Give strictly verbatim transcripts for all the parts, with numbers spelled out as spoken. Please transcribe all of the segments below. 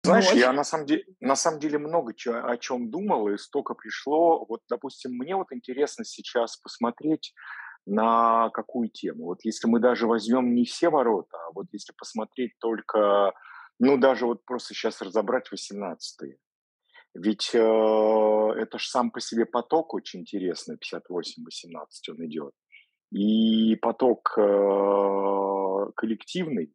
Знаешь, Вот. я на самом деле, на самом деле много чё о чем думал, и столько пришло. Вот, допустим, мне вот интересно сейчас посмотреть на какую тему. Вот если мы даже возьмем не все ворота, а вот если посмотреть только, ну, даже вот просто сейчас разобрать восемнадцатые. Ведь, э, это ж сам по себе поток очень интересный, пятьдесят восемь восемнадцать он идет. И поток, э, коллективный.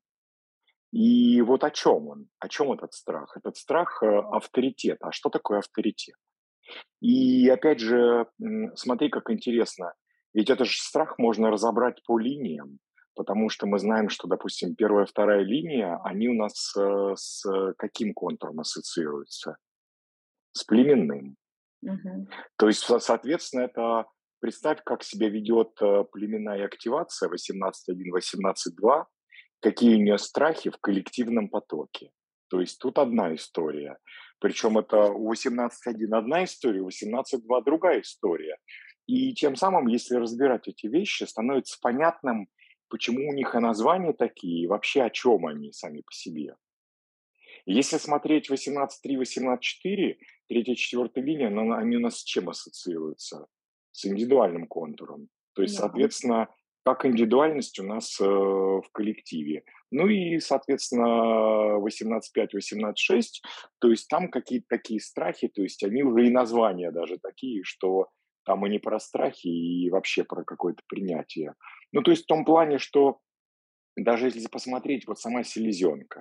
И вот о чем он? О чем этот страх? Этот страх, э, авторитет. А что такое авторитет? И опять же, м, смотри, как интересно. Ведь это же страх можно разобрать по линиям, потому что мы знаем, что, допустим, первая, вторая линия, они у нас, э, с каким контуром ассоциируются? С племенным. Мгм. То есть, со соответственно, это представь, как себя ведет, э, племенная активация восемнадцать один восемнадцать два, какие у нее страхи в коллективном потоке. То есть тут одна история. Причем это у восемнадцать один одна история, у восемнадцать два другая история. И тем самым, если разбирать эти вещи, становится понятным, почему у них и названия такие, и вообще о чем они сами по себе. Если смотреть восемнадцать три восемнадцать четыре, третья, четвертая линия, но она они у нас с чем ассоциируются? С индивидуальным контуром. То есть, Да. соответственно, как индивидуальность у нас, э, в коллективе. Ну и, соответственно, восемнадцать пять восемнадцать шесть, то есть там какие-то такие страхи, то есть они уже и названия даже такие, что там и не про страхи, и вообще про какое-то принятие. Ну, то есть в том плане, что даже если посмотреть, вот сама селезенка.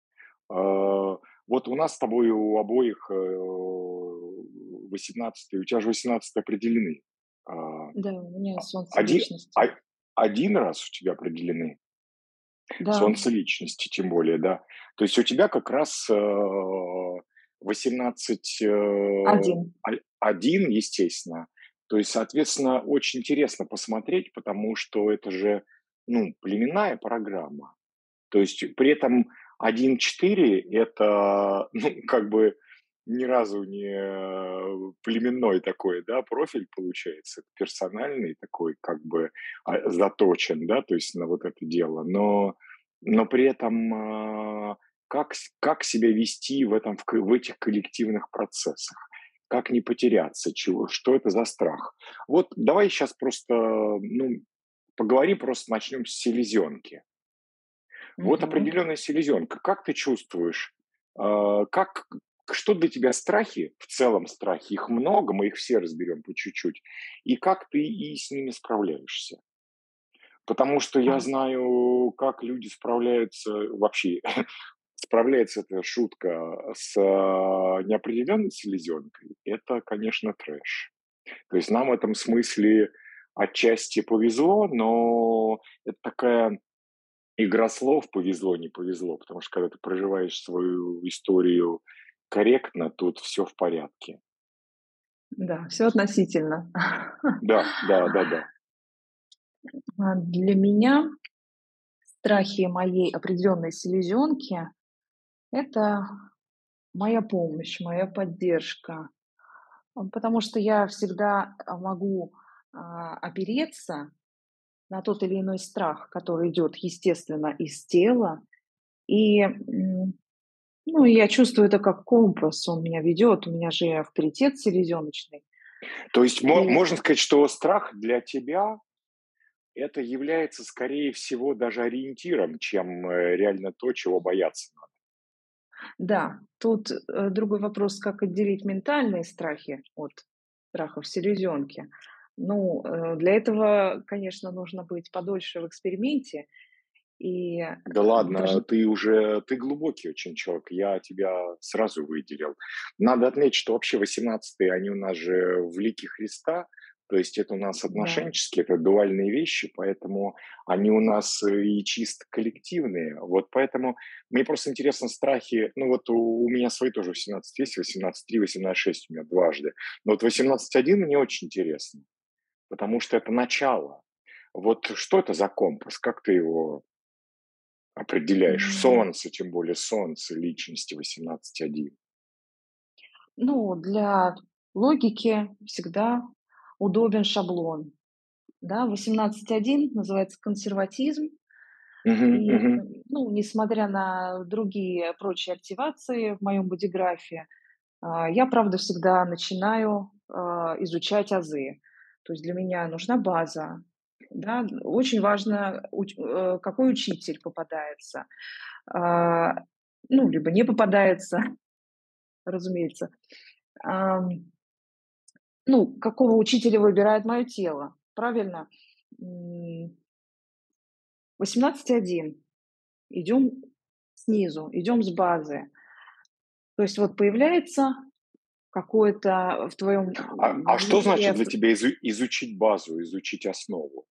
А, вот у нас с тобой у обоих, э, восемнадцатые, у тебя же восемнадцатые определены. А, Да, у меня а, солнце оди личности. а, один раз у тебя определены, Да, солнце личности тем более, да. То есть у тебя как раз, э, восемнадцать, э, один. аль один, естественно. То есть, соответственно, очень интересно посмотреть, потому что это же, ну, племенная программа. То есть при этом один четыре это, ну, как бы ни разу не э, племенной такой, да, профиль получается, персональный такой, как бы, а, заточен, да, то есть на вот это дело. Но но при этом, а, как с как себя вести в этом в к в этих коллективных процессах? Как не потеряться? Чего что это за страх? Вот давай сейчас просто, ну, поговорим, просто начнем с селезенки. Вот Мгм. определенная селезенка. Как ты чувствуешь, а, как, что для тебя страхи, в целом страхи, их много, мы их все разберем по чуть-чуть, и как ты и с ними справляешься? Потому что я А, знаю, как люди справляются вообще. Справляется эта шутка с а, неопределенной селезенкой. Это, конечно, трэш. То есть нам в этом смысле отчасти повезло, но это такая игра слов повезло, не повезло, потому что когда ты проживаешь свою историю корректно, тут все в порядке. да, все относительно. Да, да, да-да. А, Для меня страхи моей определенной селезенки — это моя помощь, моя поддержка. А, Потому что я всегда а, могу а, опереться на тот или иной страх, который идет, естественно, из тела. И м, ну, я чувствую это как компас, он меня ведет, у меня же авторитет селезеночный. То есть мо И можно сказать, что страх для тебя — это является, скорее всего, даже ориентиром, чем, э, реально то, чего бояться надо. да, тут э, другой вопрос, как отделить ментальные страхи от страхов селезенки. Ну, э, для этого, конечно, нужно быть подольше в эксперименте и э, Да ладно, даже, ты уже ты глубокий очень человек, я тебя сразу выделил. Надо отметить, что вообще восемнадцатые, они у нас же в лике Христа, то есть это у нас да. отношенческие, это дуальные вещи, поэтому они у нас э, и чисто коллективные. Вот поэтому мне просто интересно страхи, ну вот у, у меня свои тоже восемнадцать есть, восемнадцать три, восемнадцать шесть у меня дважды. Но вот восемнадцать один мне очень интересно, потому что это начало. Вот что это за компас, как ты его определяешь? М, Солнце, тем более солнце личности восемнадцать один. Ну, для логики всегда удобен шаблон. Да, восемнадцать один называется консерватизм. Мгм, И, мгм. ну, несмотря на другие прочие активации в моем бодиграфе, а, я, правда, всегда начинаю, а, изучать азы. То есть для меня нужна база, да. Очень важно, уч э, какой учитель попадается, а, ну, либо не попадается, разумеется. Ам, ну, какого учителя выбирает мое тело, правильно? М, восемнадцать один. Идем снизу, идем с базы. То есть вот появляется какое-то в твоем А, а что значит мире. для тебя изу- изучить базу, изучить основу?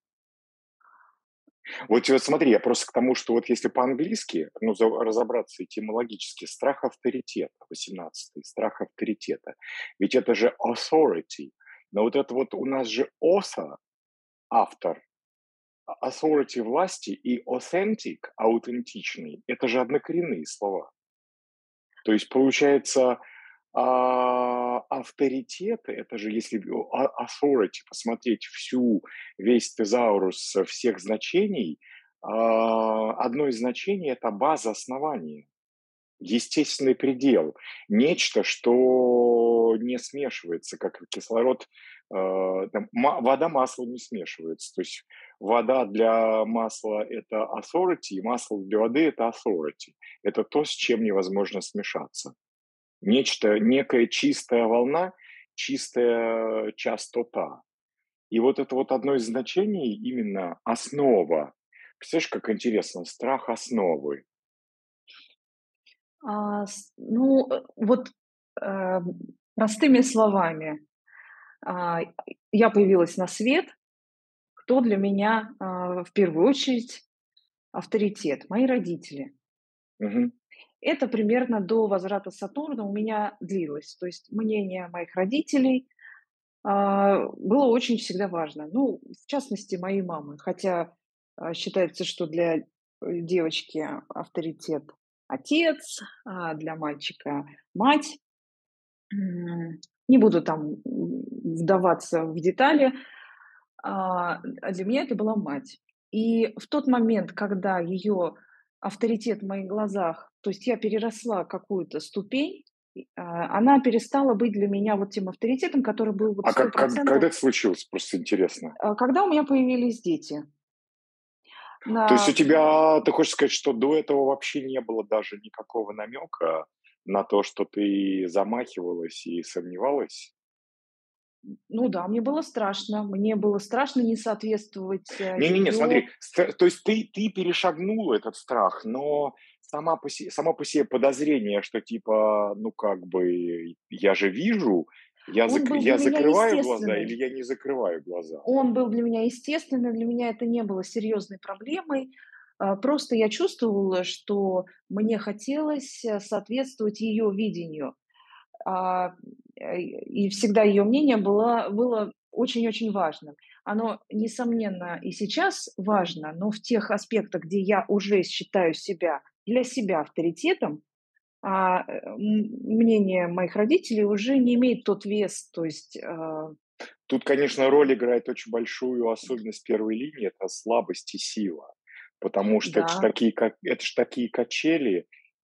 Вот, вот смотри, я просто к тому, что вот если по-английски, ну, за- разобраться этимологически, страх авторитета, восемнадцатый, страх авторитета, ведь это же authority, но вот это вот у нас же оса, автор, а- authority власти и authentic, аутентичный, это же однокоренные слова. То есть получается, а, авторитет, это же если в а authority посмотреть всю, весь тезаурус всех значений, а, одно из значений — это база основания, естественный предел, нечто, что не смешивается, как кислород, э, там, ма вода, масло не смешивается. То есть вода для масла — это authority, масло для воды — это authority. Это то, с чем невозможно смешаться. Нечто, некая чистая волна, чистая частота. И вот это вот одно из значений именно основа. Представляешь, как интересно, страх основы. А, с ну, э, вот, э, простыми словами, а, я появилась на свет. Кто для меня, а, в первую очередь авторитет? Мои родители. Мгм. Это примерно до возврата Сатурна у меня длилось. То есть мнение моих родителей, а, было очень всегда важно. Ну, в частности, моей мамы. Хотя, а, считается, что для, э, девочки авторитет — отец, а для мальчика — мать. М, не буду там, м, вдаваться в детали. А, а для меня это была мать. И в тот момент, когда ее авторитет в моих глазах, то есть я переросла какую-то ступень, и, а, она перестала быть для меня вот тем авторитетом, который был вот А сто как, как, процентов. когда это случилось? Просто интересно. А, когда у меня появились дети. То есть у На тебя, ты хочешь сказать, что до этого вообще не было даже никакого намека на то, что ты замахивалась и сомневалась? ну да, мне было страшно. Мне было страшно не соответствовать, э, Не-не-не, ее. смотри, ст то есть ты ты перешагнула этот страх, но сама по се само по себе подозрение, что типа, ну, как бы я же вижу, я Он зак был для я меня закрываю глаза или естественный. я не закрываю глаза? Он был для меня естественным, для меня это не было серьезной проблемой. А, просто я чувствовала, что мне хотелось, э, соответствовать ее видению. А, э, и всегда ее мнение было было очень-очень важным. Оно, несомненно, и сейчас важно, но в тех аспектах, где я уже считаю себя для себя авторитетом, а, э, м мнение моих родителей уже не имеет тот вес. То есть, а, Тут, конечно, роль играет очень большую особенность первой линии — это слабость и сила. Потому что это ж да. такие, как это ж такие качели.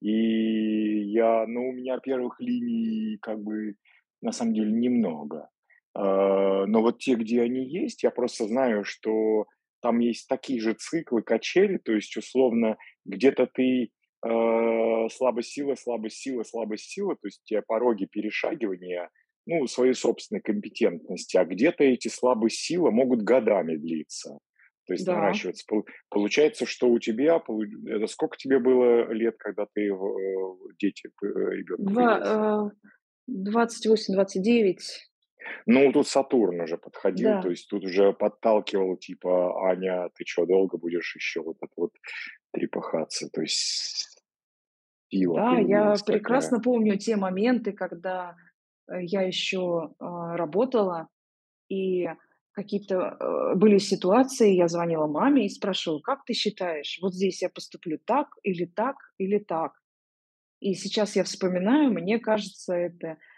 И я, ну, у меня первых линий как бы на самом деле немного. А, но вот те, где они есть, я просто знаю, что там есть такие же циклы качели. То есть, условно, где-то ты, а, слабость, сила, слабость, сила, слабость, сила. То есть у тебя пороги перешагивания, ну, своей собственной компетентности, а где-то эти слабые силы могут годами длиться, то есть Да, наращиваться. Пол- Получается, что у тебя, полу- это сколько тебе было лет, когда ты, в- э, дети, п- э, ребенок два, появился? э, двадцать восемь двадцать девять. Ну, тут Сатурн уже подходил, то Да, есть тут уже подталкивал, типа, Аня, ты что, долго будешь еще вот это вот трепыхаться? То есть сила да, я появилась такая. прекрасно помню те моменты, когда, э, я еще, а, работала, и какие-то, э, были ситуации, я звонила маме и спрашивала: "Как ты считаешь, вот здесь я поступлю так или так, или так?" И сейчас я вспоминаю, мне кажется, это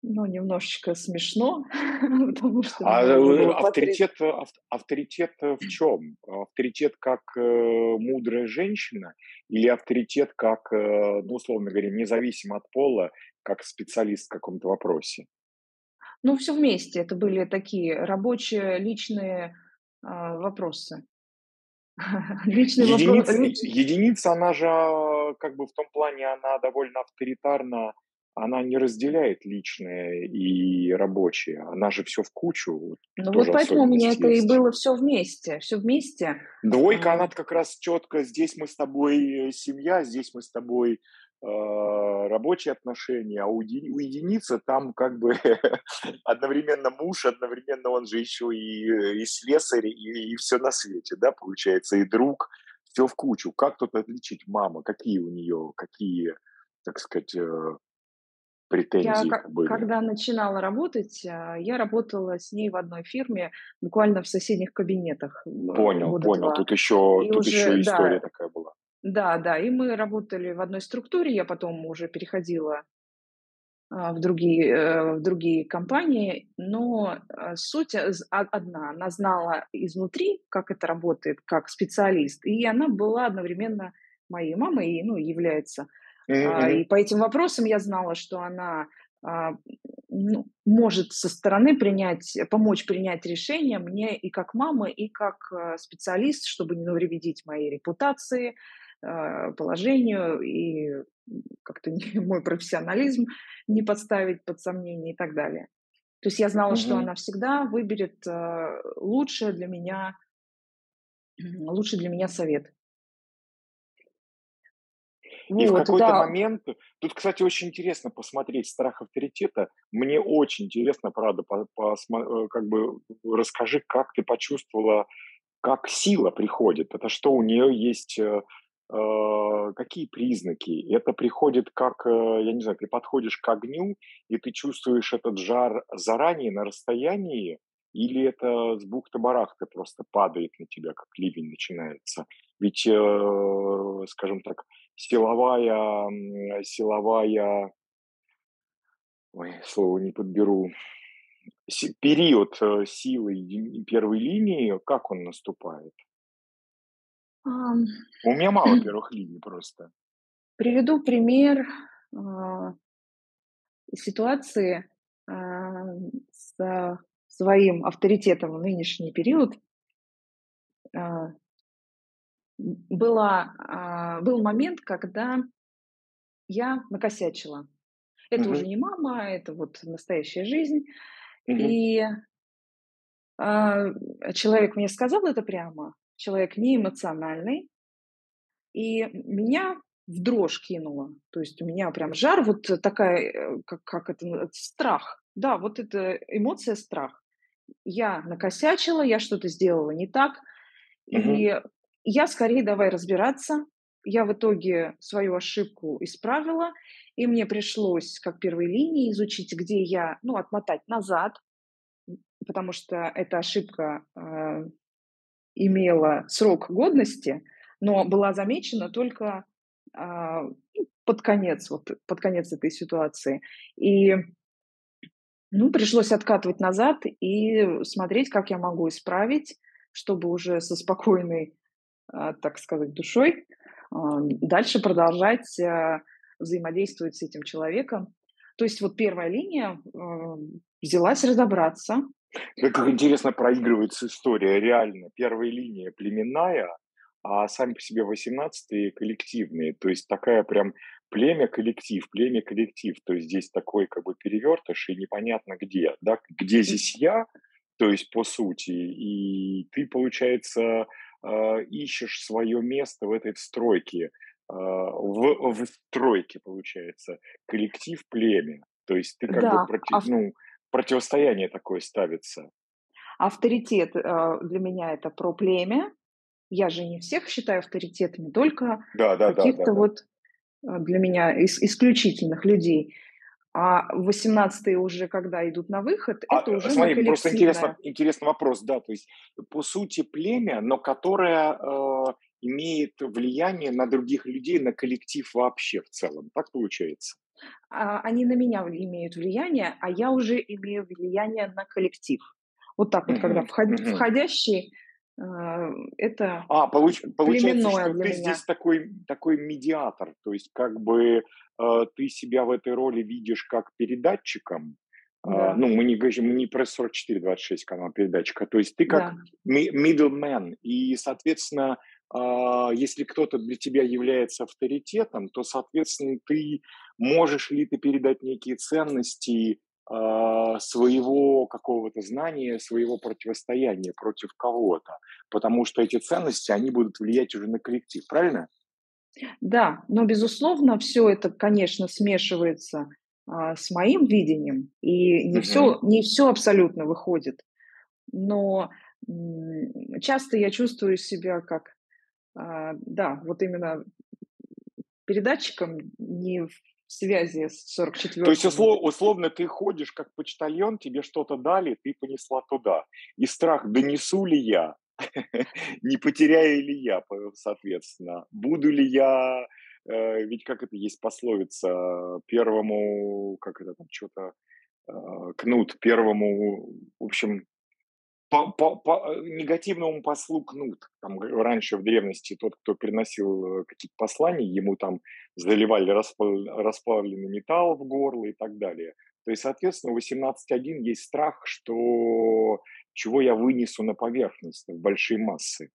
Ну, немножечко смешно, потому что А, меня уже э, было по три. авторитет, э, ав авторитет, э, в чем? Авторитет как, э, мудрая женщина или авторитет как, э, ну, условно говоря, независимо от пола, как специалист в каком-то вопросе? Ну, все вместе. Это были такие рабочие, личные, а, вопросы. Личный вопро Единица, лич е единица, она же, а, как бы в том плане, она довольно авторитарна, она не разделяет личное и рабочее. Она же все в кучу, вот Ну, вот тоже поэтому у меня особенность это и есть. было все вместе. Все вместе. Двойка, А, она как раз четко: здесь мы с тобой, э, семья, здесь мы с тобой, а, рабочие отношения, а у еди у единицы там как бы одновременно муж, одновременно он же еще и, э, и слесарь, и и всё на свете, да, получается, и друг, все в кучу. Как тут отличить мама? Какие у нее, какие, так сказать, э, я претензии ка были? когда начинала работать, а, я работала с ней в одной фирме, буквально в соседних кабинетах, м, э, Понял, года понял. два. Тут еще И тут уже, еще история да, такая была. да, да, и мы работали в одной структуре. Я потом уже переходила а, в другие, э, в другие компании, но, а, суть, э, з о одна. Она знала изнутри, как это работает, как специалист, и она была одновременно моей мамой и, ну, является. Мгм, А, мгм. и по этим вопросам я знала, что она, а, ну, может со стороны принять помочь принять решение мне и как мама, и как, а, специалист, чтобы не навредить моей репутации, а, положению и, м, как-то не мой профессионализм не подставить под сомнение и так далее. То есть я знала, что Мгм. она всегда выберет, а, лучшее для меня лучший для меня совет. И в Вот, какой-то да. момент тут, кстати, очень интересно посмотреть "Страх авторитета". Мне очень интересно, правда, по посмо э, как бы расскажи, как ты почувствовала, как сила приходит? Это что, у нее есть, э, э, какие признаки? Это приходит как, э, я не знаю, ты подходишь к огню, и ты чувствуешь этот жар заранее, на расстоянии, или это с бухты-барахты просто падает на тебя, как ливень начинается? Ведь, э, скажем так, силовая, м, силовая, ой, слово не подберу, си период, э, силы едини первой линии, как он наступает? Ам, У меня мало первых линий просто. приведу пример, а, ситуации, а, со своим авторитетом в нынешний период. А, м, была, а, был момент, когда я накосячила. Это уже Мгм, не мама, это вот настоящая жизнь. мгм, И, а, человек мне сказал это прямо, человек не эмоциональный, и меня в дрожь кинуло. То есть у меня прям жар, вот такая, э, как как это на страх. Да, вот это эмоция страх. Я накосячила, я что-то сделала не так, мгм, и я скорее давай разбираться. Я в итоге свою ошибку исправила, и мне пришлось, как первой линии, изучить, где я, ну, отмотать назад, потому что эта ошибка, а, имела срок годности, но была замечена только, а, ну, под конец, вот под конец этой ситуации. И, ну, пришлось откатывать назад и смотреть, как я могу исправить, чтобы уже со спокойной, а, так сказать, душой, а, дальше продолжать, а, взаимодействовать с этим человеком. То есть вот первая линия, а, взялась разобраться. Как как интересно проигрывается история. Реально, первая линия племенная, а сами по себе восемнадцатые коллективные. То есть такая прям племя-коллектив, племя-коллектив. То есть здесь такой как бы перевертыш, и непонятно где, да, где здесь я, то есть по сути, и ты, получается, а, ищешь свое место в этой стройке, а, в в стройке, получается, коллектив, племя. То есть ты как бы Да, проти ав ну, противостояние такое ставится. авторитет, а, для меня — это про племя. Я же не всех считаю авторитетами, только Да, да, да, да, каких-то да. вот, а, для меня ис исключительных людей. А восемнадцатые уже, когда идут на выход, А, это э, уже на смотри, просто интересно, коллективное. интересный вопрос, да, то есть, по сути, племя, но которое э, имеет влияние на других людей, на коллектив вообще в целом, так получается? А, они на меня вли имеют влияние, а я уже имею влияние на коллектив. Вот так вот, когда Мгм, вход мгм. входящий, э, это А, получ получается, племенное что для ты меня. здесь такой такой медиатор, то есть как бы, э, ты себя в этой роли видишь как передатчиком. А, Да, ну, мы не говорим, мы не про сорок четыре двадцать шесть канал передатчика, то есть ты как да. ми middleman, и, соответственно, а, если кто-то для тебя является авторитетом, то, соответственно, ты можешь ли ты передать некие ценности, а, своего какого-то знания, своего противостояния против кого-то. Потому что эти ценности, они будут влиять уже на коллектив, правильно? Да, но, безусловно, все это, конечно, смешивается, а, с моим видением, и не Мгм. все, не все абсолютно выходит. Но, м, часто я чувствую себя как, а, да, вот именно передатчиком, не в связи с сорок То есть четвёрками. услов условно ты ходишь как почтальон, тебе что-то дали, ты понесла туда. И страх: донесу ли я, не потеряю ли я, п соответственно, буду ли я, э, ведь как это есть пословица, первому, как это там, чё-то, э, кнут первому, в общем, По по по э, негативному послу кнут. Там г раньше в древности тот, кто приносил, э, какие-то послания, ему там заливали распл расплавленный металл в горло и так далее. То есть, соответственно, у восемнадцать один есть страх, что чего я вынесу на поверхность, в большие массы.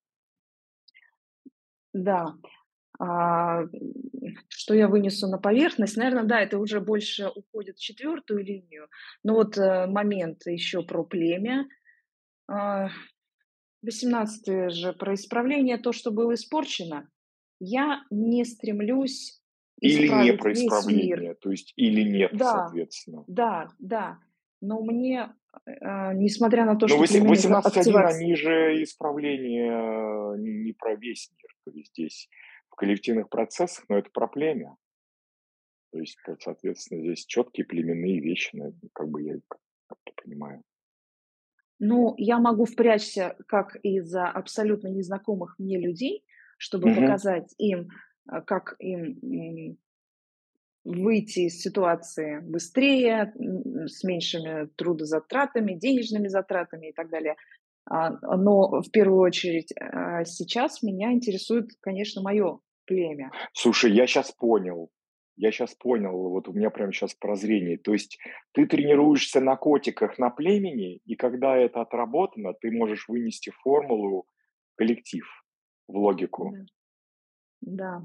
Да, а, м, что я вынесу на поверхность? Наверное, да, это уже больше уходит в четвертую линию. Но вот, э, момент еще про племя. А, восемнадцатый же про исправление, то, что было испорчено. Я не стремлюсь Или не исправить про весь мир. исправление, то есть или нет, Да, соответственно. да, да. Но мне, э, несмотря на то, Но что восе племенных а восемнадцать один, активаций. они же исправление, э, не не про весь мир. То есть здесь в коллективных процессах, но это про племя. То есть, п соответственно, здесь четкие племенные вещи, наверно, как бы я как как-то понимаю. Ну, я могу впрячься как из-за абсолютно незнакомых мне людей, чтобы Мгм. показать им, а, как им, м, выйти из ситуации быстрее, м, с меньшими трудозатратами, денежными затратами и так далее. А, но в первую очередь, а, сейчас меня интересует, конечно, мое племя. Слушай, я сейчас понял. Я сейчас понял, вот у меня прямо сейчас прозрение. То есть ты тренируешься на котиках, на племени, и когда это отработано, ты можешь вынести формулу в коллектив, в логику. Да, да.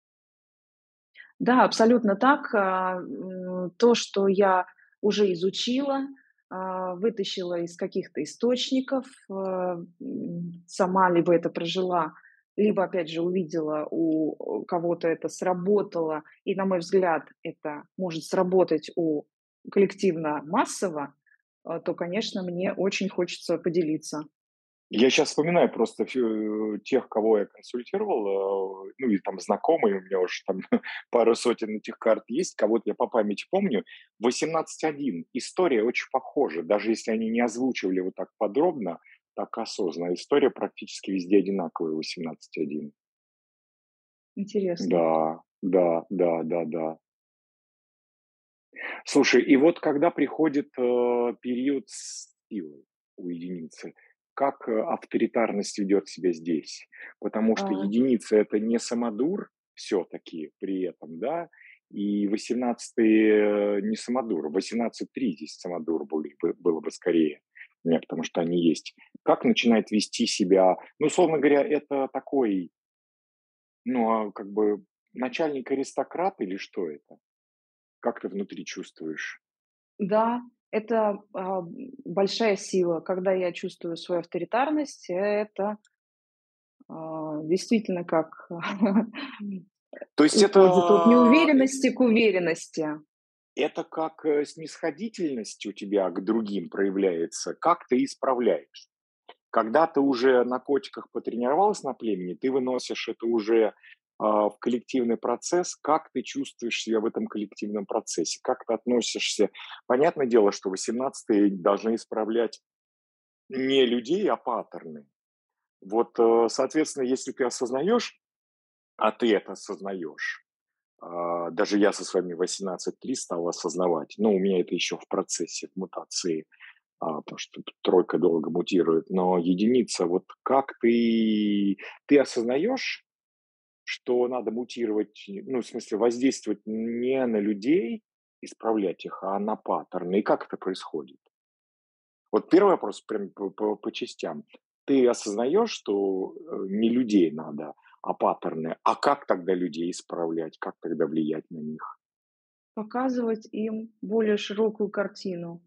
Да, абсолютно так. А, м, то, что я уже изучила, а, вытащила из каких-то источников, а, м, сама либо это прожила, либо, опять же, увидела у у кого-то это сработало, и, на мой взгляд, это может сработать у коллективно массово, а, то, конечно, мне очень хочется поделиться. Я сейчас вспоминаю просто всё, тех, кого я консультировал, э, ну, и там знакомые, у меня уж там пару сотен этих карт есть, кого-то я по памяти помню. восемнадцать один. История очень похожа, даже если они не озвучивали вот так подробно, так осознанно. История практически везде одинаковая, восемнадцать один. Интересно. Да, да, да, да, да. Слушай, и вот когда приходит, э, период силы у единицы, как, э, авторитарность ведет себя здесь? Потому что А, единица — это не самодур все таки при этом, да, и восемнадцатый, э, не самодур. восемнадцать три здесь самодур были бы было бы скорее. Нет, потому что они есть. Как начинает вести себя, ну, условно говоря, это такой, ну, а, как бы начальник-аристократ или что это? Как ты внутри чувствуешь? да, это, а, м, большая сила. Когда я чувствую свою авторитарность, это, а, действительно как То есть уходит от это, э, неуверенности к уверенности. это как, э, снисходительность у тебя к другим проявляется, как ты исправляешь? Когда ты уже на котиках потренировалась на племени, ты выносишь это уже, а, в коллективный процесс. Как ты чувствуешь себя в этом коллективном процессе? Как ты относишься? Понятное дело, что восемнадцатые должны исправлять не людей, а паттерны. Вот, э, соответственно, если ты осознаешь, а ты это осознаешь, А, даже я со своими восемнадцать три стал осознавать. Ну, у меня это еще в процессе в мутации, а, потому что тут тройка долго мутирует. Но единица, вот как ты, ты осознаешь, что надо мутировать, ну, в смысле, воздействовать не на людей, исправлять их, а на паттерны. И как это происходит? Вот первый вопрос прям по, по- по частям. Ты осознаешь, что э, не людей надо, а паттерны. А как тогда людей исправлять? Как тогда влиять на них? Показывать им более широкую картину.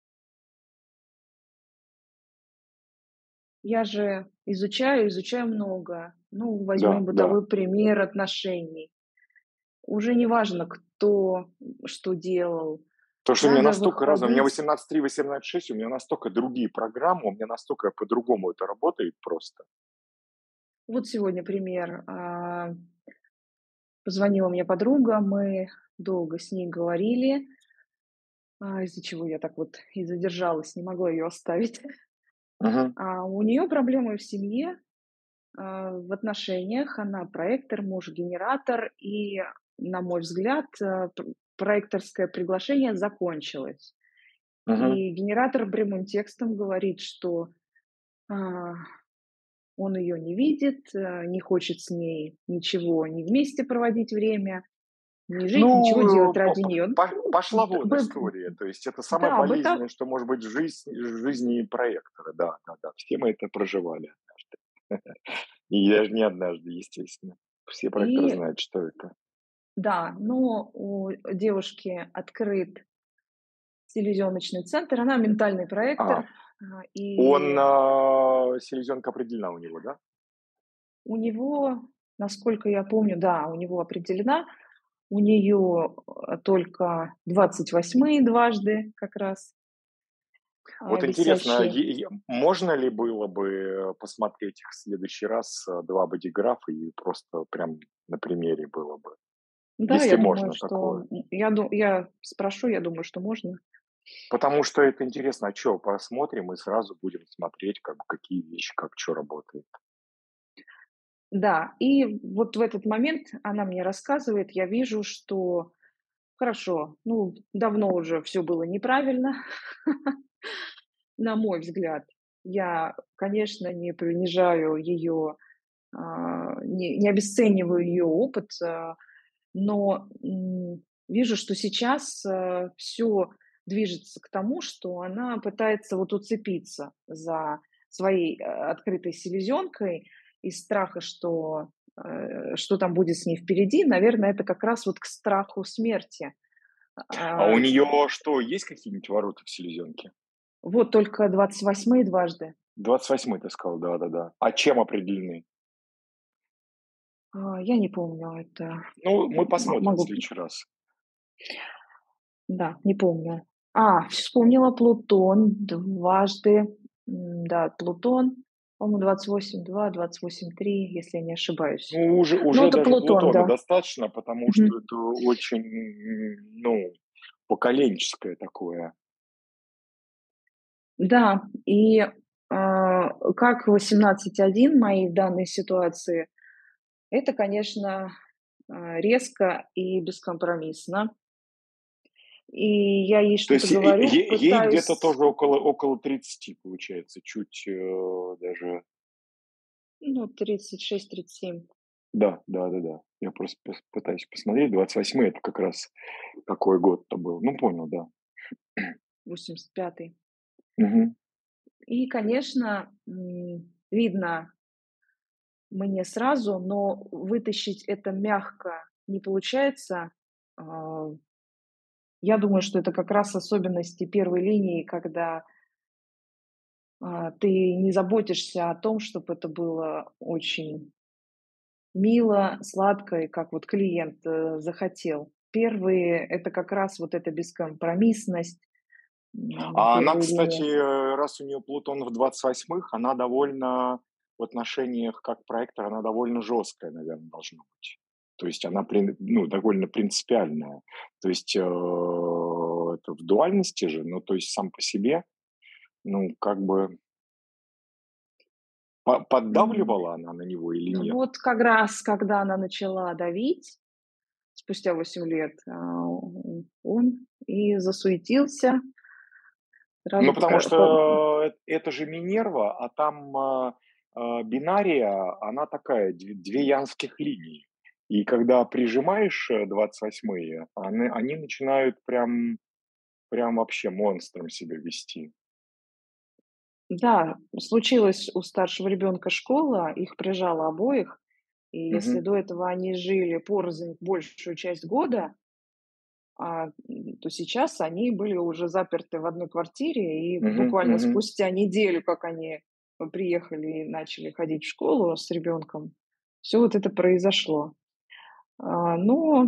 Я же изучаю, изучаю много. Ну, возьмем Да, да. бытовой пример отношений. Уже не важно, кто что делал. Потому что у меня Надо настолько разное. У меня выходить. восемнадцать три, восемнадцать шесть, у меня настолько другие программы, у меня настолько по-другому это работает просто. Вот сегодня пример. А, Позвонила мне подруга, мы долго с ней говорили, а, из-за чего я так вот и задержалась, не могла ее оставить. Мгм. А у нее проблемы в семье, а, в отношениях. Она проектор, муж генератор, и, на мой взгляд, а, п- проекторское приглашение закончилось. Мгм. И генератор прямым текстом говорит, что а, он ее не видит, а, не хочет с ней ничего, не вместе проводить время, не жить, ничего Ну, делать э, по- ради по- нее. по- Ну, пошла д- вон бы- история. То есть это самое да, быто- болезненное, что может быть в жизни, в жизни проектора. Да, да, да. Все мы это проживали однажды. И даже не однажды, естественно. Все проекторы и знают, что это. да, но у девушки открыт селезеночный центр, она ментальный проектор, А, а, и он, а, селезенка определена у него, да? у него, насколько я помню, да, у него определена, у нее только двадцать восьмые дважды как раз а, Вот интересно, висящие. е- е- можно ли было бы посмотреть их в следующий раз, а, два бодиграфа, и просто прям на примере было бы? Да, Если я думаю, можно что такое. м, я, ду- я спрошу, я думаю, что можно. Потому что это интересно. А что, посмотрим и сразу будем смотреть, как бы, какие вещи, как что работает. Да, и вот в этот момент она мне рассказывает, я вижу, что хорошо, ну, давно уже все было неправильно, на мой взгляд. Я, конечно, не принижаю ее, а, не, не обесцениваю ее опыт, а, но м, вижу, что сейчас все движется к тому, что она пытается вот уцепиться за своей э, открытой селезенкой из страха, что э, что там будет с ней впереди. Наверное, это как раз вот к страху смерти. А А, у нее что, есть какие-нибудь ворота в селезенке? Вот только двадцать восьмые дважды. двадцать восьмой ты сказал, да-да-да. А чем определены? А, Я не помню это. Ну, мы М- посмотрим в Могу, следующий раз. да, не помню. А, вспомнила Плутон дважды. М, Да, Плутон, по-моему, двадцать восемь два, двадцать восемь три, если я не ошибаюсь. Ну, уже, Ну, уже это даже Плутон, Плутона да. достаточно, потому что Мгм. это очень, м, ну, поколенческое такое. Да, и а, как восемнадцать один мои в данной ситуации, это, конечно, а, резко и бескомпромиссно. И я ей То что-то есть е- говорю, е- ей где-то пытаюсь, тоже около, около тридцати получается, чуть э, даже. ну, тридцать шесть тридцать семь. Да, да-да-да. Я просто пос- пытаюсь посмотреть. двадцать восьмой это как раз какой год-то был. Ну, понял, да. восемьдесят пятый. Мгм. И, конечно, м, видно мне сразу, но вытащить это мягко не получается. А, Я думаю, что это как раз особенности первой линии, когда а, ты не заботишься о том, чтобы это было очень мило, сладко, и как вот клиент э, захотел. Первые — это как раз вот эта бескомпромиссность м, А она, первой кстати, линии. э, раз у нее Плутон в двадцать восьмых, она довольно в отношениях как проектор, она довольно жесткая, наверное, должна быть. То есть она прин- ну, довольно принципиальная. То есть э, это в дуальности же, ну, то есть сам по себе, ну, как бы по- М, поддавливала она на него или нет? Вот как раз, когда она начала давить, спустя восемь лет, а, он и засуетился. Ну, Сразу потому пока по что эт это же Минерва, а там, а, а, бинария, она такая, дв две янских линии. И когда прижимаешь, э, двадцать восьмые, аны они начинают прям прям вообще монстром себя вести. Да, случилась у старшего ребенка школа, их прижало обоих. И если Мгм, до этого они жили порознь большую часть года, а, м, то сейчас они были уже заперты в одной квартире, и мгм, буквально мгм. спустя неделю, как они, э, приехали и начали ходить в школу с ребенком, все вот это произошло. А, но,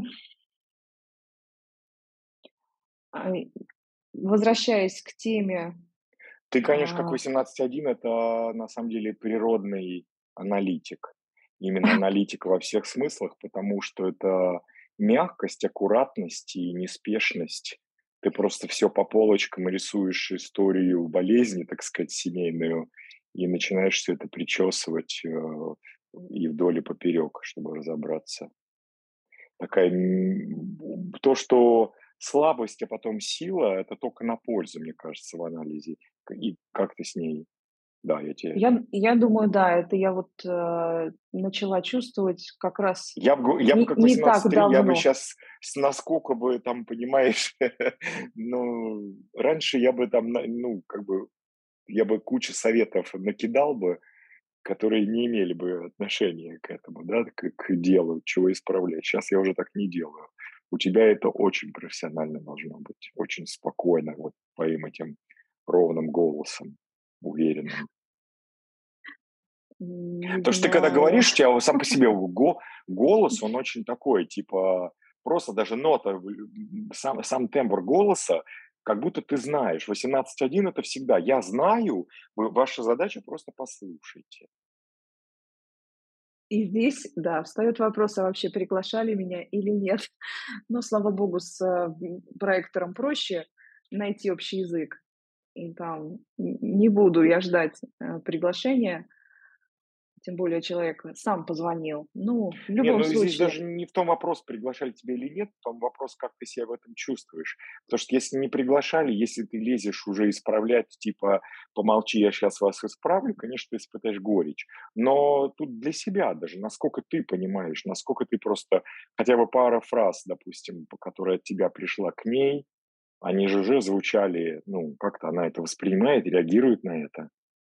а, и возвращаясь к теме, Ты, конечно, как а, восемнадцать один, это на самом деле природный аналитик. Именно аналитик во всех смыслах, потому что это мягкость, аккуратность и неспешность. Ты просто все по полочкам рисуешь историю болезни, так сказать, семейную, и начинаешь все это причесывать э, и вдоль и поперек, чтобы разобраться. Такая, м, то, что слабость, а потом сила — это только на пользу, мне кажется, в анализе. К и как ты с ней? Да, я те я я думаю, да, это я вот, э, начала чувствовать как раз я бы я бы не как не так восемнадцать три, я бы давно. сейчас с наскока бы там, понимаешь, ну, раньше я бы там, на ну, как бы, я бы кучу советов накидал бы, которые не имели бы отношения к этому, да, к к делу, чего исправлять. Сейчас я уже так не делаю. У тебя это очень профессионально должно быть, очень спокойно, вот твоим этим ровным голосом, уверенным. М, не То, что ты когда знаю. говоришь, у тебя сам по себе го голос, он очень такой, типа, просто даже нота, в м, сам сам тембр голоса, как будто ты знаешь. Восемнадцать один — это всегда: "Я знаю, вы ваша задача — просто послушайте". И здесь, да, встаёт вопрос, а вообще приглашали меня или нет. Но, слава богу, с, э, м, проектором проще найти общий язык. И там н не буду я ждать, э, приглашения, тем более человек сам позвонил. Ну, в Не, любом ну здесь случае, даже не в том вопрос, приглашали тебя или нет, в том вопрос, как ты себя в этом чувствуешь. Потому что если не приглашали, если ты лезешь уже исправлять, типа, помолчи, я сейчас вас исправлю, конечно, ты испытаешь горечь. Но тут для себя даже, насколько ты понимаешь, насколько ты просто, хотя бы пара фраз, допустим, по- которая от тебя пришла к ней, они же уже звучали, ну, как-то она это воспринимает, реагирует на это.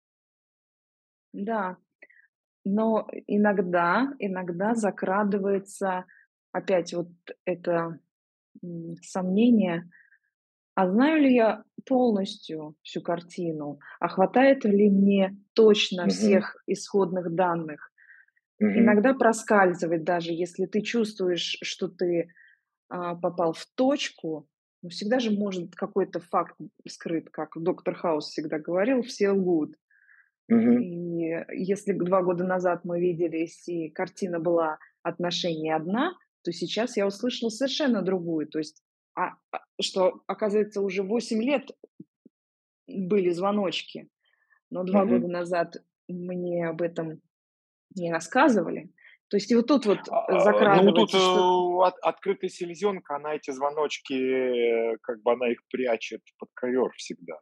да. Но иногда иногда закрадывается опять вот это, м, сомнение: а знаю ли я полностью всю картину? А хватает ли мне точно Мгм. всех исходных данных? Мгм. Иногда проскальзывает, даже если ты чувствуешь, что ты, а, попал в точку, но всегда же может какой-то факт скрыт, как доктор Хаус всегда говорил: "Все лгут". Мгм. И если г два года назад мы виделись, и картина была отношений одна, то сейчас я услышала совершенно другую. То есть, а, а, что, оказывается, уже восемь лет были звоночки, но два года Мгм. назад мне об этом не рассказывали. То есть и вот тут вот, э, А, ну, тут, э, закрадывается, что от открытая селезенка, она эти звоночки, э, как бы она их прячет под ковер всегда,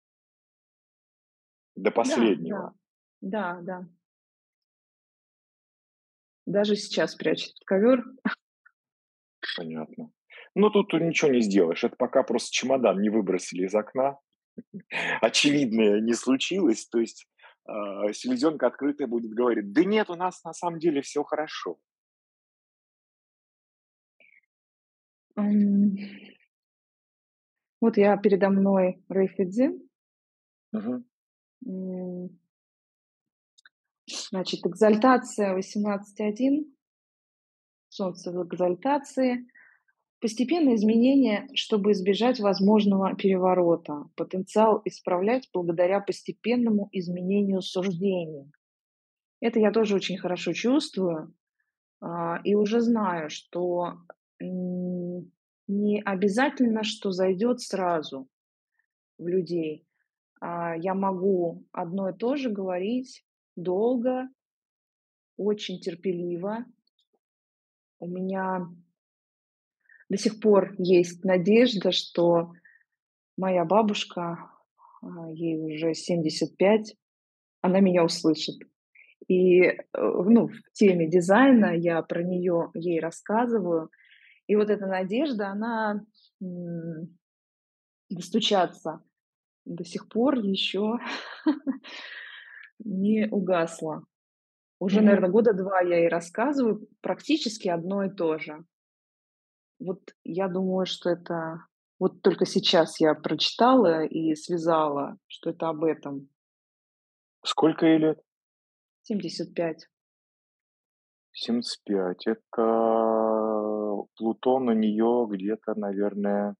до да, да, последнего. да, да, даже сейчас прячет под ковер. Понятно. Ну, тут ничего не сделаешь. Это пока просто чемодан не выбросили из окна. Очевидное не случилось. То есть, а, селезенка открытая будет говорить: "Да нет, у нас на самом деле все хорошо". М, вот я передо мной Рейфидзин, Мгм. м, значит, экзальтация восемнадцать один, солнце в экзальтации. Постепенное изменение, чтобы избежать возможного переворота. Потенциал исправлять благодаря постепенному изменению суждений. Это я тоже очень хорошо чувствую, а, и уже знаю, что м, не обязательно, что зайдет сразу в людей. А, Я могу одно и то же говорить долго, очень терпеливо. У меня До сих пор есть надежда, что моя бабушка, а, ей уже семьдесят пять, она меня услышит. И, э, ну, в теме дизайна я про нее ей рассказываю. И вот эта надежда, она, м, достучаться до сих пор еще не угасла. Уже, Мгм. наверное, года два я ей рассказываю практически одно и то же. Вот я думаю, что это вот только сейчас я прочитала и связала, что это об этом. Сколько ей лет? семьдесят пять. семьдесят пять. Это Плутон у нее где-то, наверное,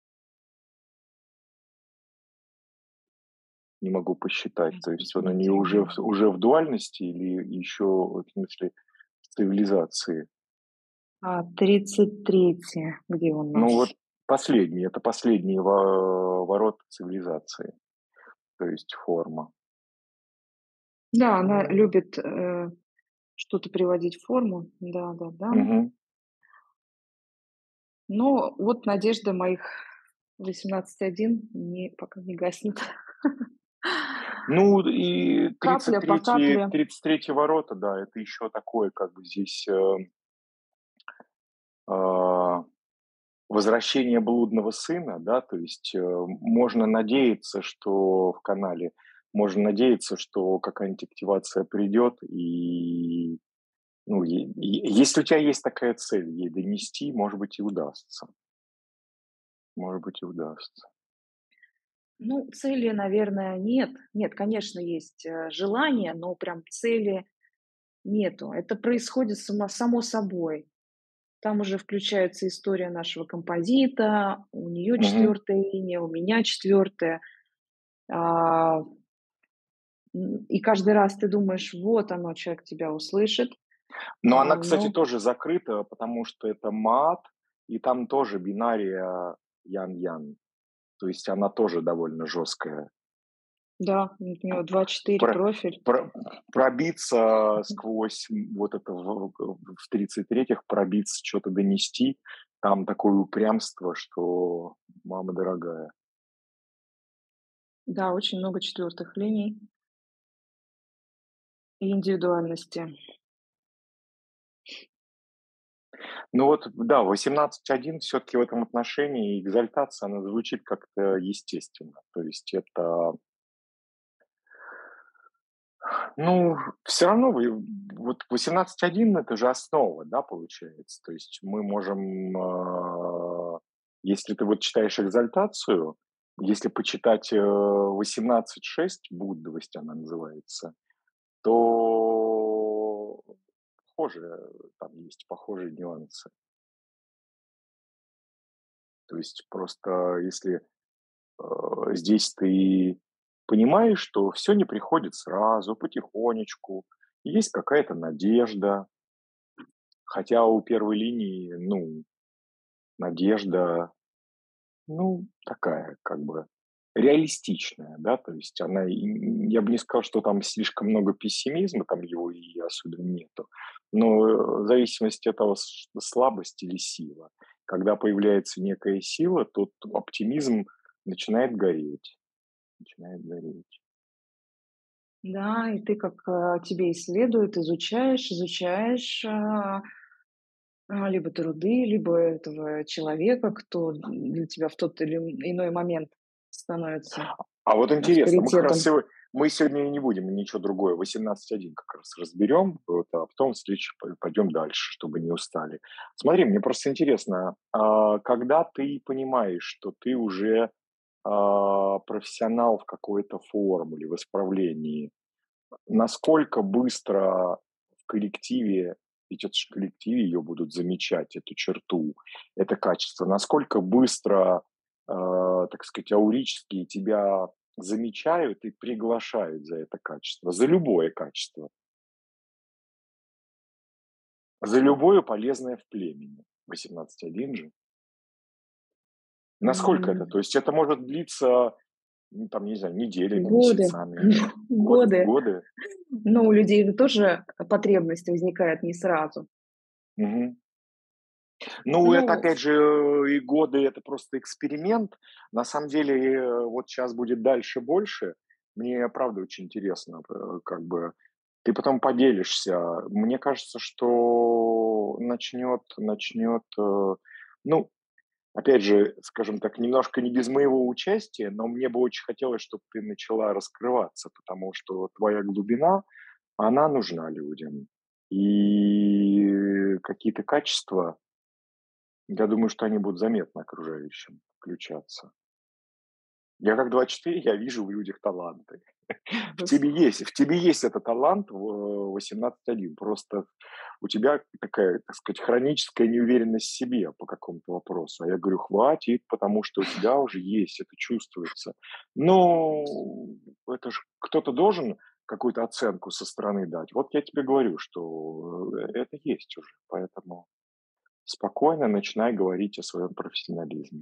не могу посчитать. Щас То есть он у нее уже посмотрю. в уже в дуальности или еще, в смысле, в цивилизации? А, тридцать третье. Где у Ну вот нас? последний, это последние во ворота цивилизации, то есть форма. Да, она Ну, любит, э, что-то приводить в форму. Да-да-да. мгм. Но вот надежда моих восемнадцать один не пока не гаснет. Ну и тридцать Капля по третий, капле. тридцать третьи ворота, да, это еще такое, как бы здесь, э, а, возвращение блудного сына, да, то есть, э, можно надеяться, что в канале, можно надеяться, что какая-нибудь активация придет, и, ну, е е если у тебя есть такая цель ей донести, может быть, и удастся. Может быть, и удастся. Ну, цели, наверное, нет. Нет, конечно, есть, э, желание, но прям цели нету. Это происходит само само собой. Там уже включается история нашего композита, у нее Мгм. четвертая линия, у меня четвертая. А, м, и каждый раз ты думаешь: вот оно, человек тебя услышит. Но она, А, кстати, но тоже закрыта, потому что это мат, и там тоже бинария ян-ян. То есть она тоже довольно жесткая. да, у нее два четыре Про профиль. про Пробиться сквозь, м, вот это в в тридцать третьих, пробиться, что то донести, там такое упрямство, что мама дорогая. Да, очень много четвертых линий и индивидуальности. Ну вот, да, восемнадцать один все таки в этом отношении экзальтация, она звучит как-то естественно. То есть это, ну, все равно вы вот восемнадцать один это же основа, да, получается. То есть мы можем, а, если ты вот читаешь экзальтацию, если почитать, э, восемнадцать шесть, Буддовость она называется, то похожие, там есть похожие нюансы. То есть просто если, э, здесь ты понимаешь, что все не приходит сразу, потихонечку, есть какая-то надежда. Хотя у первой линии, ну, надежда, ну, такая, как бы, реалистичная, да, то есть она, и н я бы не сказал, что там слишком много пессимизма, там его и особенно нету, но, э, в зависимости от того, с слабость или сила. Когда появляется некая сила, то оптимизм начинает гореть, начинает гореть. Да, и ты как, э, тебе исследуют, изучаешь, изучаешь, а, а, либо труды, либо этого человека, кто для тебя в тот или иной момент становится А вот интересно, мы как раз авторитетом. сего мы сегодня и не будем ничего другое, восемнадцать один как раз разберем, вот, а потом в следующий п пойдем дальше, чтобы не устали. Смотри, мне просто интересно, а, когда ты понимаешь, что ты уже, а, профессионал в какой-то формуле, в исправлении, насколько быстро в коллективе, ведь это ж в коллективе ее будут замечать, эту черту, это качество, насколько быстро, а, так сказать, аурически тебя замечают и приглашают за это качество, за любое качество, за любое полезное в племени. Восемнадцать один же. Насколько это? М, То есть это может длиться, ну, там, не знаю, неделями, годы, месяцами, годы, годы. годы. Но у людей же тоже потребность возникает не сразу. Мгм. Ну, это Ну, опять же э, и годы, это просто эксперимент. На самом деле, э, вот сейчас будет дальше больше. Мне правда очень интересно, э, как бы ты потом поделишься. Мне кажется, что начнет, начнет, э, ну, опять же, скажем так, немножко не без моего участия, но мне бы очень хотелось, чтобы ты начала раскрываться, потому что твоя глубина, она нужна людям. И какие-то качества, я думаю, что они будут заметны окружающим включаться. Я как двадцать четыре, я вижу в людях таланты. В тебе господи. есть, в тебе есть этот талант в э, восемнадцать один. Просто у тебя такая, так сказать, хроническая неуверенность в себе по какому-то вопросу. А я говорю, хватит, потому что у тебя уже есть, это чувствуется. Ну, это же кто-то должен какую-то оценку со стороны дать. Вот я тебе говорю, что э, это есть уже. Поэтому спокойно начинай говорить о своем профессионализме.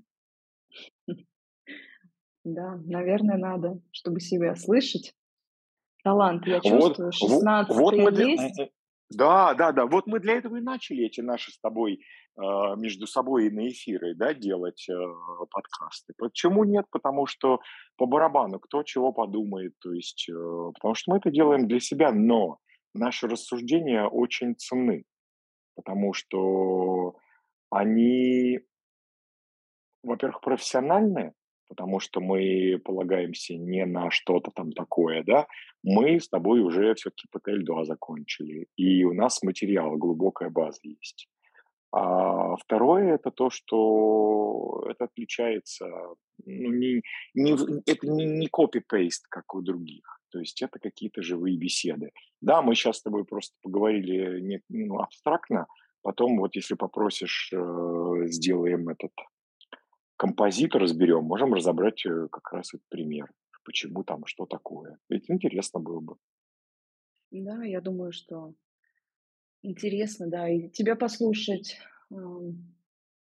Да, наверное, надо, чтобы себя слышать. Талант, я Вот, чувствую, во вот шестнадцатый мы для м есть. м да, да-да, вот мы для этого и начали эти наши с тобой, а, между собой на эфиры, да, делать, э, подкасты. Почему нет? Потому что по барабану, кто чего подумает, то есть, э, потому что мы это делаем для себя, но наши рассуждения очень ценны, потому что они, во-первых, профессиональные, потому что мы полагаемся не на что-то там такое, да. Мы с тобой уже все-таки П Т Л два закончили, и у нас материал, глубокая база есть. А второе это то, что это отличается, ну, не, не в- это не, не копи-пейст, как у других. То есть это какие-то живые беседы. Да, мы сейчас с тобой просто поговорили не, ну, абстрактно, потом вот если попросишь, э, сделаем этот композитор разберем, можем разобрать, э, как раз этот пример. Почему там, что такое. Ведь интересно было бы. Да, я думаю, что интересно, да, и тебя послушать, ам,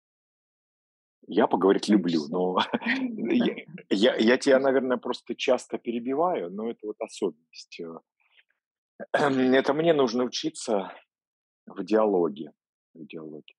Я поговорить в том люблю, числе. но я я я тебя, наверное, просто часто перебиваю, но это вот особенность. э. Это мне нужно учиться в диалоге. В диалоге.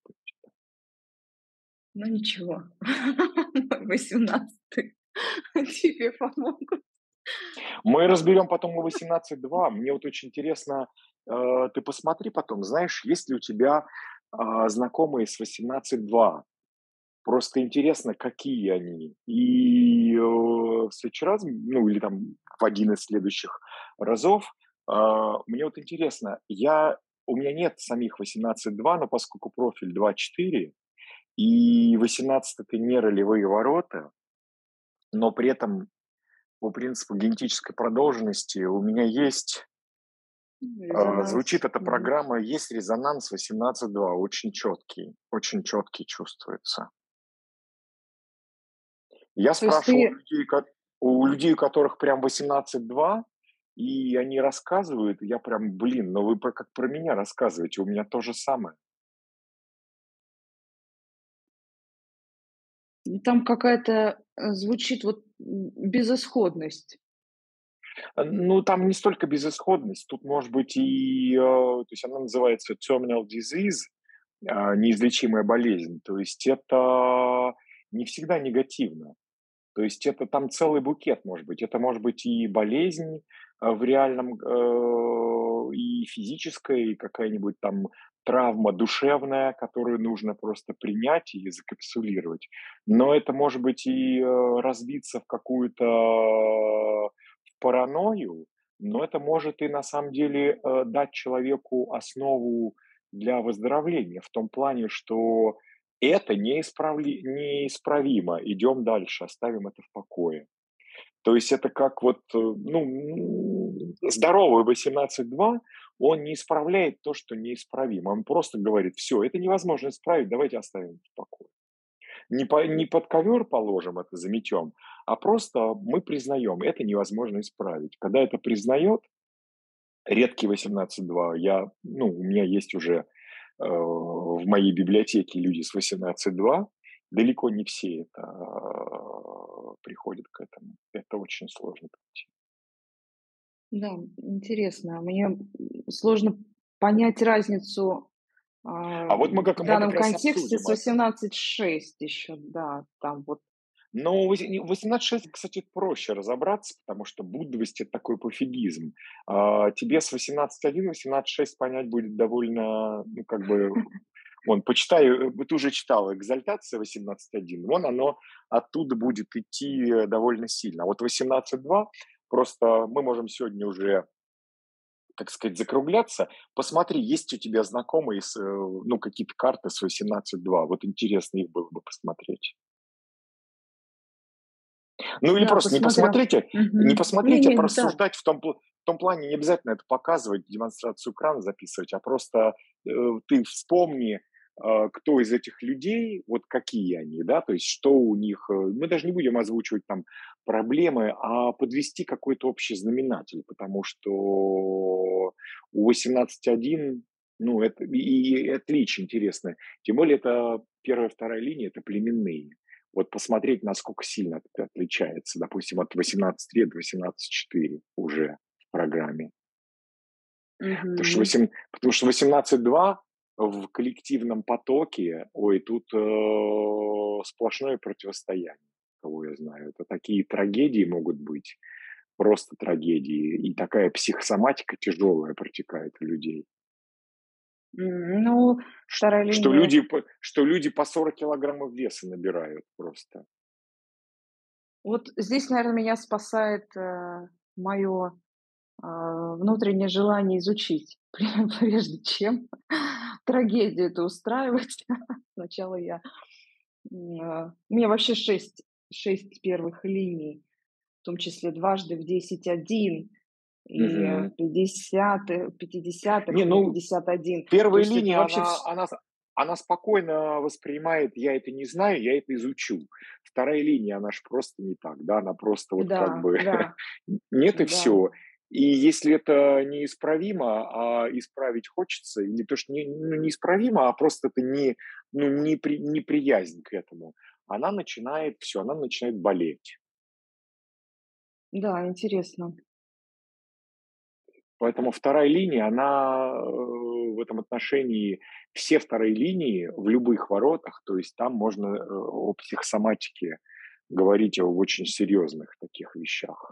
Ну ничего, восемнадцатый тебе помогут. Мы разберем потом и восемнадцать два. Мне вот очень интересно, э, ты посмотри потом, знаешь, есть ли у тебя, а, знакомые с восемнадцать два. Просто интересно, какие они. И, э, в следующий раз, ну, или там в один из следующих разов, а, мне вот интересно, я у меня нет самих восемнадцать два, но поскольку профиль два четыре и восемнадцать это не ролевые ворота, но при этом по принципу генетической продолженности у меня есть, а, Резонанс. звучит эта Мгм. программа, есть резонанс восемнадцать два, очень четкий, очень четкий чувствуется. Я То есть спрашивал у ты людей, ко у людей, у которых прям восемнадцать два, и они рассказывают, и я прям: "Блин, ну вы про как про меня рассказываете, у меня то же самое". там какая-то, э, звучит вот, м, безысходность. Э, ну, там не столько безысходность, тут может быть и, э, то есть она называется terminal disease, а, неизлечимая болезнь. То есть это не всегда негативно. То есть это там целый букет может быть. Это может быть и болезнь, э, в реальном, э, и физическая, и какая-нибудь там травма душевная, которую нужно просто принять и закапсулировать. Но это может быть и, э, развиться в какую-то паранойю, но это может и на самом деле, э, дать человеку основу для выздоровления в том плане, что это неисправли неисправимо. Идем дальше, оставим это в покое. То есть это как вот, э, ну, м, здоровый восемнадцать два, он не исправляет то, что неисправимо. Он просто говорит: все, это невозможно исправить, давайте оставим в покое. Не, по, не под ковер положим это, заметем, а просто мы признаем, это невозможно исправить. Когда это признает, редкий восемнадцать два, я, ну, у меня есть уже э, в моей библиотеке люди с восемнадцать два, далеко не все это э, приходят к этому. Это очень сложно прийти. Да, интересно. Мне, м, сложно понять разницу, А, А вот мы в как мы данном как раз контексте обсудим с это. восемнадцать шесть еще, да, там вот. Но восе не восемнадцать шесть, кстати, проще разобраться, потому что будущность — это такой пофигизм. А, тебе с восемнадцать один, восемнадцать шесть понять будет довольно, ну, как бы, вон, почитай, э, ты уже читал "Экзальтация" восемнадцать один, вон оно оттуда будет идти, э, довольно сильно. А вот восемнадцать два просто мы можем сегодня уже, так сказать, закругляться. Посмотри, есть у тебя знакомые с, э, ну, какие-то карты с восемнадцать два. Вот интересно их было бы посмотреть. Ну или Да, просто не посмотрю. посмотрите, не Мгм. посмотреть, а Не-не, да. порассуждать в том, пл- в том плане, не обязательно это показывать, демонстрацию экрана записывать, а просто э, ты вспомни, э, кто из этих людей, вот какие они, да, то есть что у них, э, мы даже не будем озвучивать там проблемы, а подвести какой-то общий знаменатель, потому что у восемнадцать один, ну, это и, и отличие интересное, тем более это первая, вторая линия, это племенные. Вот посмотреть, насколько сильно это отличается, допустим, от восемнадцать три до восемнадцать четыре уже в программе. Потому что, Мгм. восемь, потому что восемнадцать два в коллективном потоке, ой, тут э, сплошное противостояние, кого я знаю. Это такие трагедии могут быть, просто трагедии, и такая психосоматика тяжелая протекает у людей, М, ну, ш- вторая что линия. люди, по- что люди по сорок килограммов веса набирают просто. Вот здесь, наверное, меня спасает, мое внутреннее желание изучить, пре прежде чем трагедию эту устраивать. Сначала я, м, а, у меня вообще шесть шесть первых линий, в том числе дважды в десять один и в Мгм. пятидесятых пятидесятых Не, на ну, пятьдесят один. То первая есть это линия, вообще она, вс она, она спокойно воспринимает, я это не знаю, я это изучу. Вторая линия, она же просто не так, да, она просто вот да, как бы да, нет и да. все. И если это неисправимо, а исправить хочется, или то, что не, ну, неисправимо, а просто это не, ну, не при, неприязнь к этому, она начинает все, она начинает болеть. Да, интересно. Поэтому вторая линия, она, э, в этом отношении все вторые линии в любых воротах, то есть там можно, э, о психосоматике говорить, об очень серьезных таких вещах.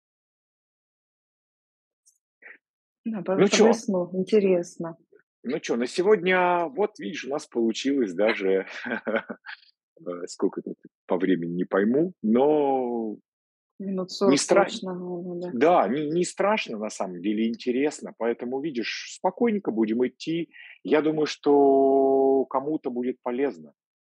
Да, по Ну что, повесло, интересно. ну что, на сегодня, вот видишь, у нас получилось даже, э, сколько тут по времени не пойму, но Минут не сорок стра точно, наверно, да. да, не не страшно на самом деле, интересно. Поэтому, видишь, спокойненько будем идти. Я думаю, что кому-то будет полезно.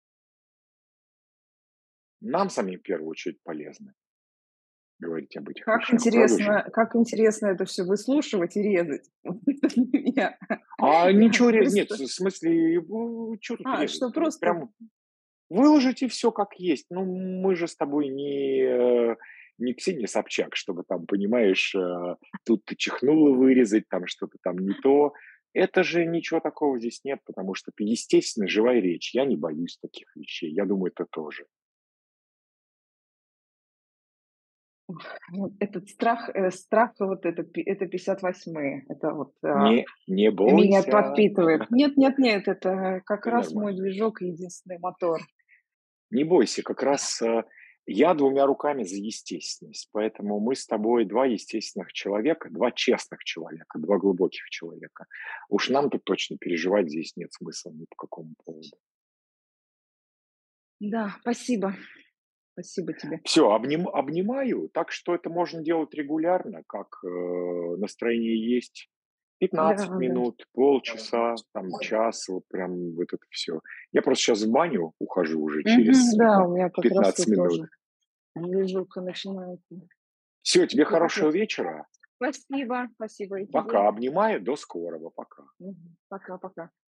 Нам самим в первую очередь полезно говорить об этих Как вещах, правда же? интересно как интересно это все выслушивать и резать. Вот это для меня. А Я ничего ре нет, просто в смысле, чё тут а, что резать-то? Вот просто прям выложите все как есть. Ну, мы же с тобой не, э, не Ксения Собчак, чтобы там, понимаешь, э, тут ты чихнула вырезать, там что-то там не то. Это же ничего такого здесь нет, потому что это естественно живая речь. Я не боюсь таких вещей. Я думаю, ты тоже. вот этот страх, э, страх вот это пи это пятьдесят восьмые. Это вот, а, Не не меня бойся, подпитывает. Нет нет нет, это как всё раз мой нормально. движок и единственный мотор. Не бойся, как раз, э, я двумя руками за естественность, поэтому мы с тобой два естественных человека, два честных человека, два глубоких человека. Уж нам тут точно переживать здесь нет смысла ни по какому поводу. Да, спасибо. Спасибо тебе. Все, обним обнимаю, так что это можно делать регулярно, как, э, настроение есть. Да, Пятнадцать да. минут, полчаса, там час, вот прям вот это все. Я просто сейчас в баню ухожу уже Мгм. через Да, у меня как раз пятнадцать тут минут. тоже движуха начинается. Все, тебе Так хорошего вот. вечера. Спасибо, спасибо и тебе. Пока, обнимаю, до скорого, пока. Мгм. Пока-пока.